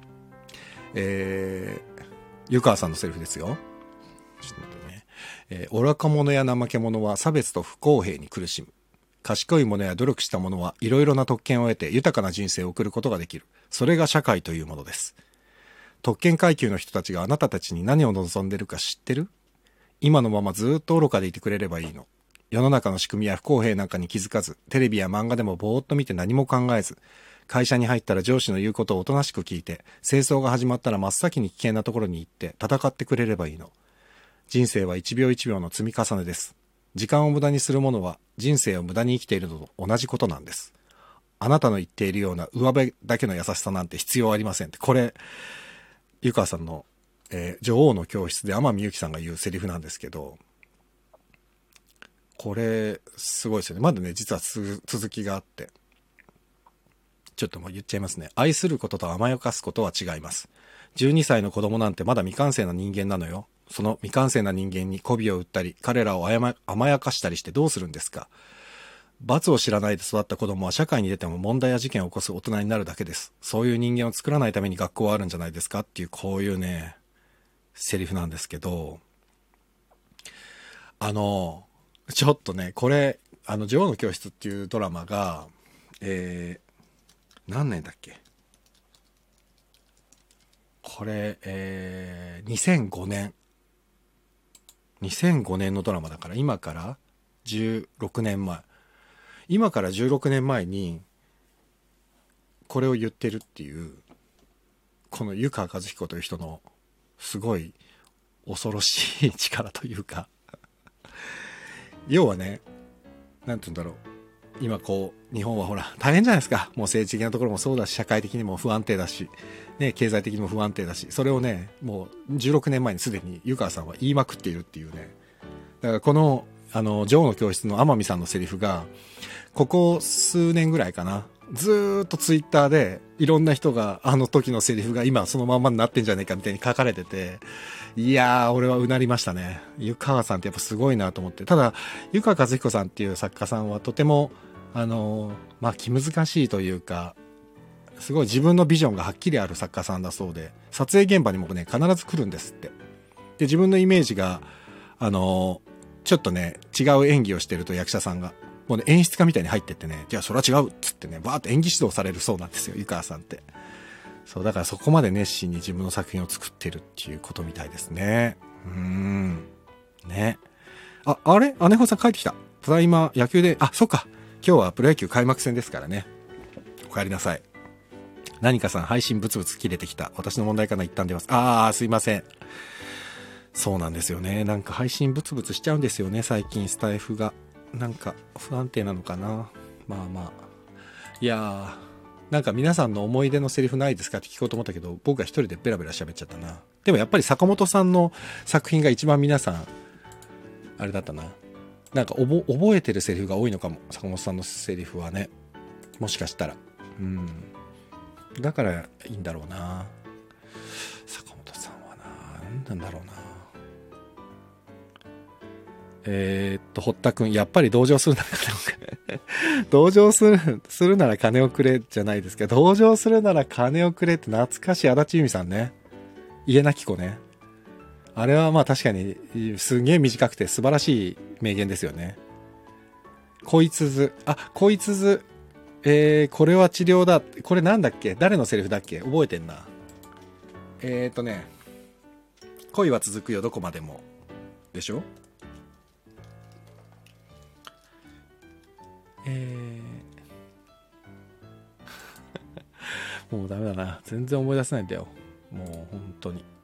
えー、湯川さんのセリフですよ。ちょっと待ってね。えー、愚か者や怠け者は差別と不公平に苦しむ。賢い者や努力した者はいろいろな特権を得て豊かな人生を送ることができる。それが社会というものです。特権階級の人たちがあなたたちに何を望んでるか知ってる？今のままずっと愚かでいてくれればいいの。世の中の仕組みや不公平なんかに気づかず、テレビや漫画でもぼーっと見て何も考えず、会社に入ったら上司の言うことをおとなしく聞いて、戦争が始まったら真っ先に危険なところに行って戦ってくれればいいの。人生は一秒一秒の積み重ねです。時間を無駄にする者は人生を無駄に生きているのと同じことなんです。あなたの言っているような上辺だけの優しさなんて必要ありませんって。これ、 湯川さんの、えー、女王の教室で天海祐希さんが言うセリフなんですけど、これすごいですよね。まだね実は続きがあって、ちょっともう言っちゃいますね。愛することと甘やかすことは違います。じゅうにさいの子供なんてまだ未完成な人間なのよ。その未完成な人間に媚びを売ったり、彼らを甘やかしたりしてどうするんですか。罰を知らないで育った子供は社会に出ても問題や事件を起こす大人になるだけです。そういう人間を作らないために学校はあるんじゃないですかっていう、こういうねセリフなんですけど、あのちょっとねこれあの女王の教室っていうドラマが、えー、何年だっけこれ、えー、にせんごねんにせんごねんのドラマだから、今からじゅうろくねんまえ、今からじゅうろくねんまえにこれを言ってるっていう、この湯川和彦という人のすごい恐ろしい力というか要はね、なんて言うんだろう、今こう日本はほら大変じゃないですか。もう政治的なところもそうだし、社会的にも不安定だし、ね、経済的にも不安定だし、それをねもうじゅうろくねんまえにすでに湯川さんは言いまくっているっていうね。だからこのあの女王の教室の天海さんのセリフがここ数年ぐらいかな、ずーっとツイッターでいろんな人があの時のセリフが今そのまんまになってんじゃねえかみたいに書かれてて、いやー俺はうなりましたね。湯川さんってやっぱすごいなと思って。ただ湯川和彦さんっていう作家さんはとてもあのまあ気難しいというか、すごい自分のビジョンがはっきりある作家さんだそうで、撮影現場にもね必ず来るんですって。で自分のイメージがあのちょっとね違う演技をしてると役者さんがもうね演出家みたいに入ってってね、じゃあそれは違うっつってねバーッと演技指導されるそうなんですよ、湯川さんって。そうだからそこまで熱心に自分の作品を作ってるっていうことみたいですね。うーんね。あ、あれ姉穂さん帰ってきた。ただいま野球で、あ、そっか、今日はプロ野球開幕戦ですからね。お帰りなさい。何かさん配信ブツブツ切れてきた。私の問題かな、一旦出ます。あーすいません。そうなんですよね。なんか配信ブツブツしちゃうんですよね、最近スタイフが。なんか不安定なのかな。まあまあ。いやー。なんか皆さんの思い出のセリフないですかって聞こうと思ったけど、僕が一人でベラベラ喋っちゃったな。でもやっぱり坂本さんの作品が一番皆さん、あれだったな。なんかおぼ覚えてるセリフが多いのかも。坂本さんのセリフはね。もしかしたら。うん。だからいいんだろうな。坂本さんはな、なんなんだろうな。えー、っと、堀田くん、やっぱり同情するなら金をくれ。同情する、するなら金をくれじゃないですけど、同情するなら金をくれって懐かしい足立由美さんね。家なき子ね。あれはまあ確かにすげえ短くて素晴らしい名言ですよね。こいつず、あ、こいつず、えー、これは治療だ。これなんだっけ、誰のセリフだっけ、覚えてんな。えーっとね、恋は続くよどこまでも。でしょ。えー、もうダメだな。全然思い出せないんだよ。もう本当に。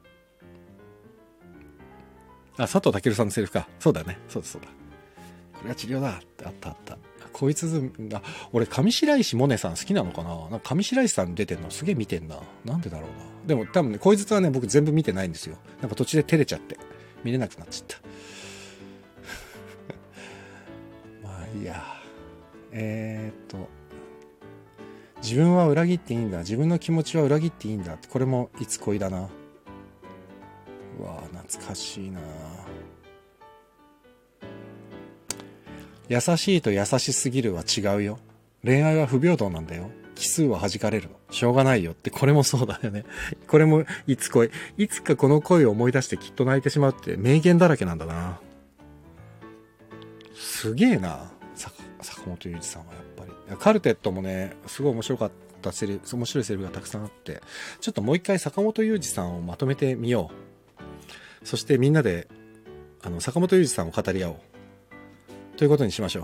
あ、佐藤健さんのセリフか。そうだね。そうだそうだ。これが治療だってあったあった。こいつず、あ、俺上白石萌音さん好きなのかな。なんか上白石さん出てんのすげえ見てんな。なんでだろうな。でも多分ね、こいつはね僕全部見てないんですよ。なんか途中で照れちゃって見れなくなっちゃった。まあいいや。えー、っと自分は裏切っていいんだ、自分の気持ちは裏切っていいんだって、これもいつ恋だな。うわ懐かしいな。優しいと優しすぎるは違うよ、恋愛は不平等なんだよ、奇数は弾かれるの、しょうがないよって、これもそうだよね。これもいつ恋、いつかこの恋を思い出してきっと泣いてしまうって名言だらけなんだな。すげえな坂本龍一さんは。やっぱりカルテットもねすごい面白かったセリフ、面白いセリフがたくさんあって、ちょっともう一回坂本龍一さんをまとめてみよう。そしてみんなであの坂本龍一さんを語り合おうということにしましょう。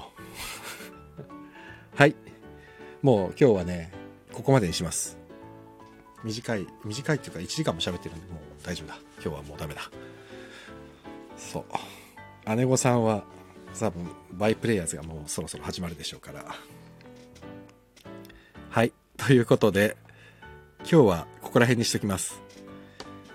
はい、もう今日はねここまでにします。短い短いっていうかいちじかんも喋ってるんでもう大丈夫だ。今日はもうダメだ。そう姉御さんは多分バイプレイヤーズがもうそろそろ始まるでしょうから。はい、ということで今日はここら辺にしときます。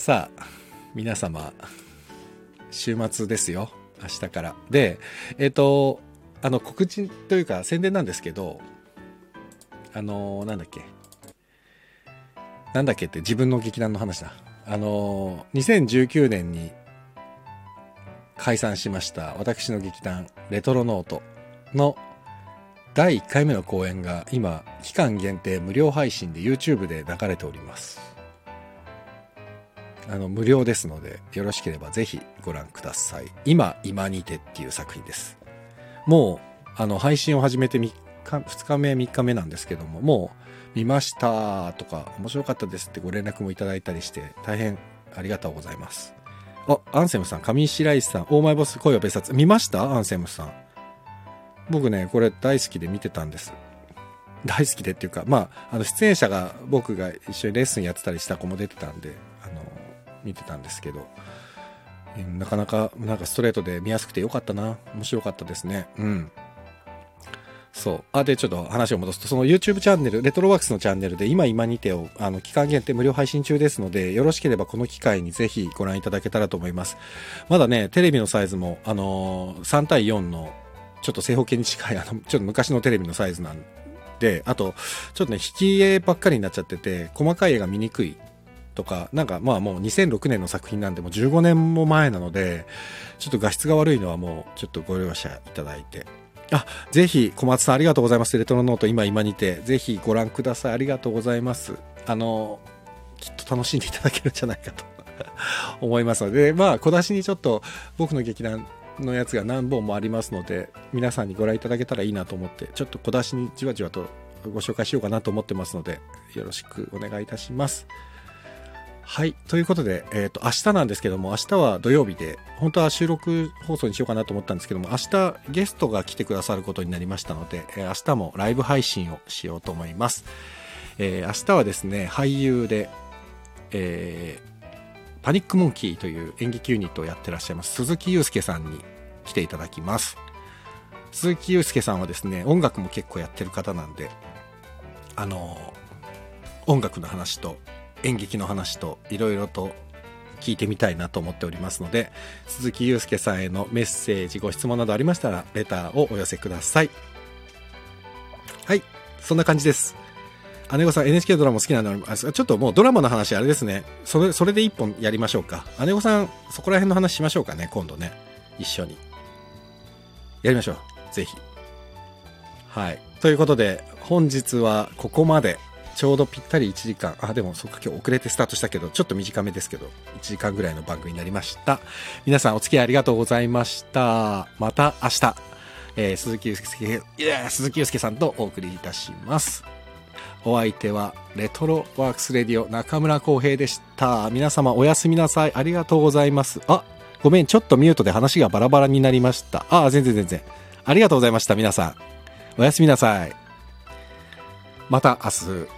さあ皆様週末ですよ、明日からで、えっとあの告知というか宣伝なんですけど、あのなんだっけなんだっけって自分の劇団の話だ。あのにせんじゅうきゅうねんに解散しました私の劇団レトロノートのだいいっかいめの公演が今期間限定無料配信で YouTube で流れております。あの無料ですのでよろしければぜひご覧ください。今今にてっていう作品です。もうあの配信を始めてみっかふつかめみっかめなんですけども、もう見ましたとか面白かったですってご連絡もいただいたりして大変ありがとうございます。あ、アンセムさん、上白石さん、オーマイボス恋は別冊見ました？アンセムさん。僕ねこれ大好きで見てたんです。大好きでっていうか、まああの出演者が僕が一緒にレッスンやってたりした子も出てたんで、あの見てたんですけど、なかなかなんかストレートで見やすくてよかったな。面白かったですね。うん。そう。あ、で、ちょっと話を戻すと、その YouTube チャンネル、レトロワークスのチャンネルで今今にてを、あの、期間限定無料配信中ですので、よろしければこの機会にぜひご覧いただけたらと思います。まだね、テレビのサイズも、あのー、さん対よんの、ちょっと正方形に近い、あの、ちょっと昔のテレビのサイズなんで、あと、ちょっとね、引き絵ばっかりになっちゃってて、細かい絵が見にくいとか、なんかまあもうにせんろくねんの作品なんで、もうじゅうごねんも前なので、ちょっと画質が悪いのはもう、ちょっとご容赦いただいて、あ、ぜひ小松さんありがとうございます。レトロノート今今にてぜひご覧ください。ありがとうございます。あのきっと楽しんでいただけるんじゃないかと思いますので、まあ小出しにちょっと僕の劇団のやつが何本もありますので、皆さんにご覧いただけたらいいなと思って、ちょっと小出しにじわじわとご紹介しようかなと思ってますので、よろしくお願いいたします。はい。ということで、えっと、明日なんですけども、明日は土曜日で、本当は収録放送にしようかなと思ったんですけども、明日ゲストが来てくださることになりましたので、えー、明日もライブ配信をしようと思います。えー、明日はですね、俳優で、えー、パニックモンキーという演劇ユニットをやってらっしゃいます鈴木祐介さんに来ていただきます。鈴木祐介さんはですね、音楽も結構やってる方なんで、あのー、音楽の話と、演劇の話といろいろと聞いてみたいなと思っておりますので、鈴木祐介さんへのメッセージご質問などありましたらレターをお寄せください。はい、そんな感じです。姉御さん エヌエイチケー ドラマ好きなのあ、ちょっともうドラマの話あれですね、それそれで一本やりましょうか。姉御さんそこら辺の話しましょうかね、今度ね、一緒にやりましょう、ぜひ。はい、ということで本日はここまで。ちょうどぴったりいちじかん、あ、でもそっか今日遅れてスタートしたけど、ちょっと短めですけど、いちじかんぐらいの番組になりました。皆さんお付き合いありがとうございました。また明日、えー、鈴木祐介、いや鈴木祐介さんとお送りいたします。お相手はレトロワークスレディオ中村浩平でした。皆様おやすみなさい。ありがとうございます。あ、ごめん、ちょっとミュートで話がバラバラになりました。あ、全然全然。ありがとうございました。皆さんおやすみなさい。また明日。